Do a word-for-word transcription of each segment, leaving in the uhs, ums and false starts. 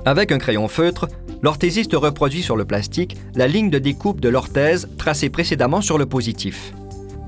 Avec un crayon feutre, l'orthésiste reproduit sur le plastique la ligne de découpe de l'orthèse tracée précédemment sur le positif.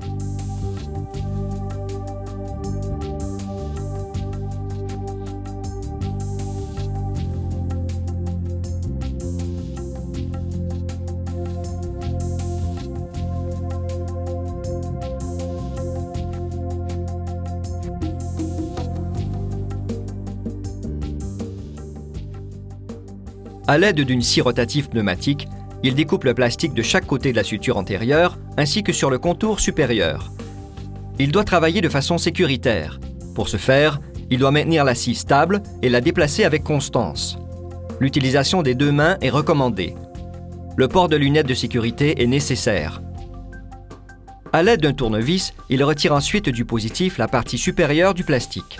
À l'aide d'une scie rotative pneumatique, il découpe le plastique de chaque côté de la suture antérieure ainsi que sur le contour supérieur. Il doit travailler de façon sécuritaire. Pour ce faire, il doit maintenir la scie stable et la déplacer avec constance. L'utilisation des deux mains est recommandée. Le port de lunettes de sécurité est nécessaire. À l'aide d'un tournevis, il retire ensuite du positif la partie supérieure du plastique.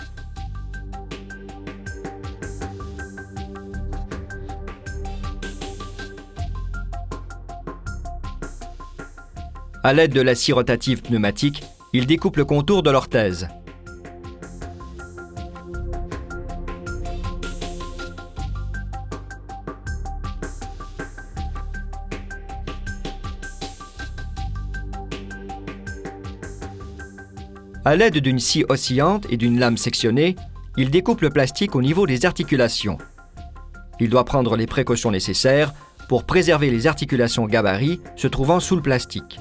À l'aide de la scie rotative pneumatique, il découpe le contour de l'orthèse. À l'aide d'une scie oscillante et d'une lame sectionnée, il découpe le plastique au niveau des articulations. Il doit prendre les précautions nécessaires pour préserver les articulations gabarit se trouvant sous le plastique.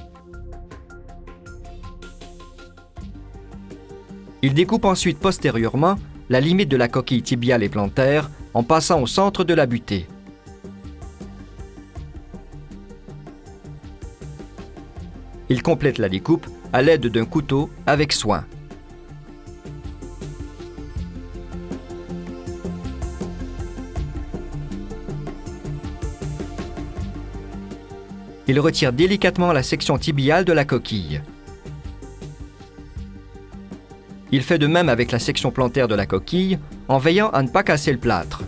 Il découpe ensuite postérieurement la limite de la coquille tibiale et plantaire en passant au centre de la butée. Il complète la découpe à l'aide d'un couteau avec soin. Il retire délicatement la section tibiale de la coquille. Il fait de même avec la section plantaire de la coquille, en veillant à ne pas casser le plâtre.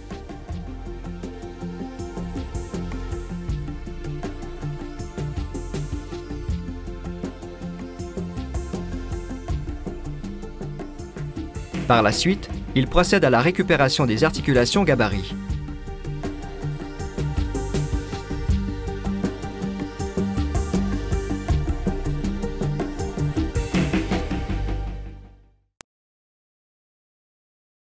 Par la suite, il procède à la récupération des articulations gabarit.